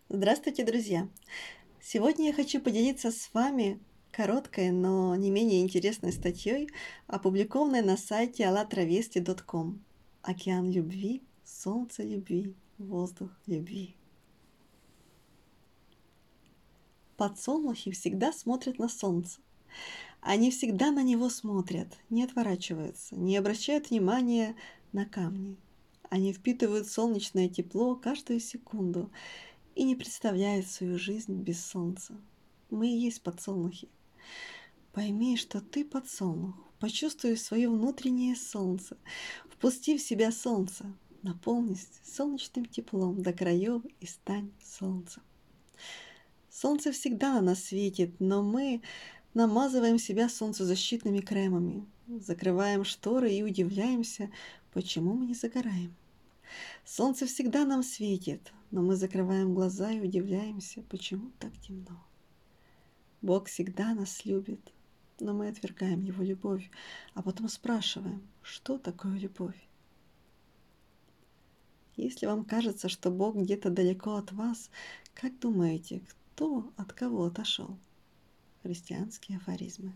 Здравствуйте, друзья! Сегодня я хочу поделиться с вами короткой, но не менее интересной статьей, опубликованной на сайте allatravesti.com. Океан любви, солнце любви, воздух любви. Подсолнухи всегда смотрят на солнце. Они всегда на него смотрят, не отворачиваются, не обращают внимания на камни. Они впитывают солнечное тепло каждую секунду и не представляют свою жизнь без солнца. Мы и есть подсолнухи. Пойми, что ты подсолнух. Почувствуй свое внутреннее солнце. Впусти в себя солнце. Наполнись солнечным теплом до краев и стань солнцем. Солнце всегда на нас светит, но мы намазываем себя солнцезащитными кремами, закрываем шторы и удивляемся, почему мы не загораем. Солнце всегда нам светит, но мы закрываем глаза и удивляемся, почему так темно. Бог всегда нас любит, но мы отвергаем Его любовь, а потом спрашиваем, что такое любовь? Если вам кажется, что Бог где-то далеко от вас, как думаете, кто от кого отошел? Христианские афоризмы.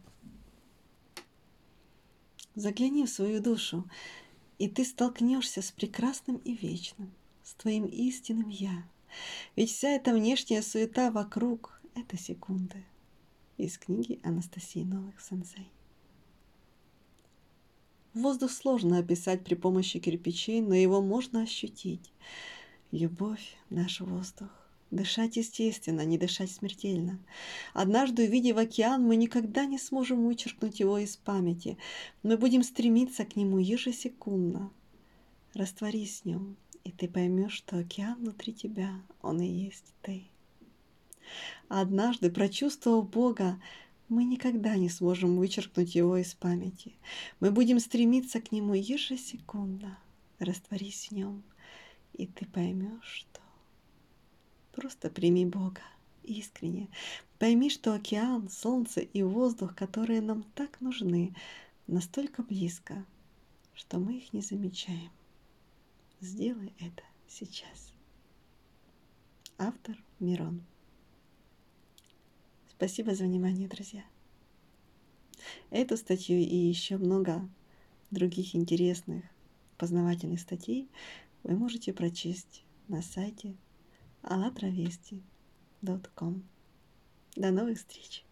Загляни в свою душу, и ты столкнешься с прекрасным и вечным, с твоим истинным «Я». Ведь вся эта внешняя суета вокруг — это секунды. Из книги Анастасии Новых-Сенсей. Воздух сложно описать при помощи кирпичей, но его можно ощутить. Любовь — наш воздух. Дышать естественно, не дышать смертельно. Однажды, увидев океан, мы никогда не сможем вычеркнуть его из памяти. Мы будем стремиться к нему ежесекундно. Растворись в нем, и ты поймешь, что океан внутри тебя, он и есть ты. Однажды, прочувствовав Бога, мы никогда не сможем вычеркнуть Его из памяти. Мы будем стремиться к Нему ежесекундно. Растворись в Нем, и ты поймешь, что... Просто прими Бога искренне. Пойми, что океан, солнце и воздух, которые нам так нужны, настолько близко, что мы их не замечаем. Сделай это сейчас. Автор Мирон. Спасибо за внимание, друзья. Эту статью и еще много других интересных познавательных статей вы можете прочесть на сайте allatravesti.com. До новых встреч!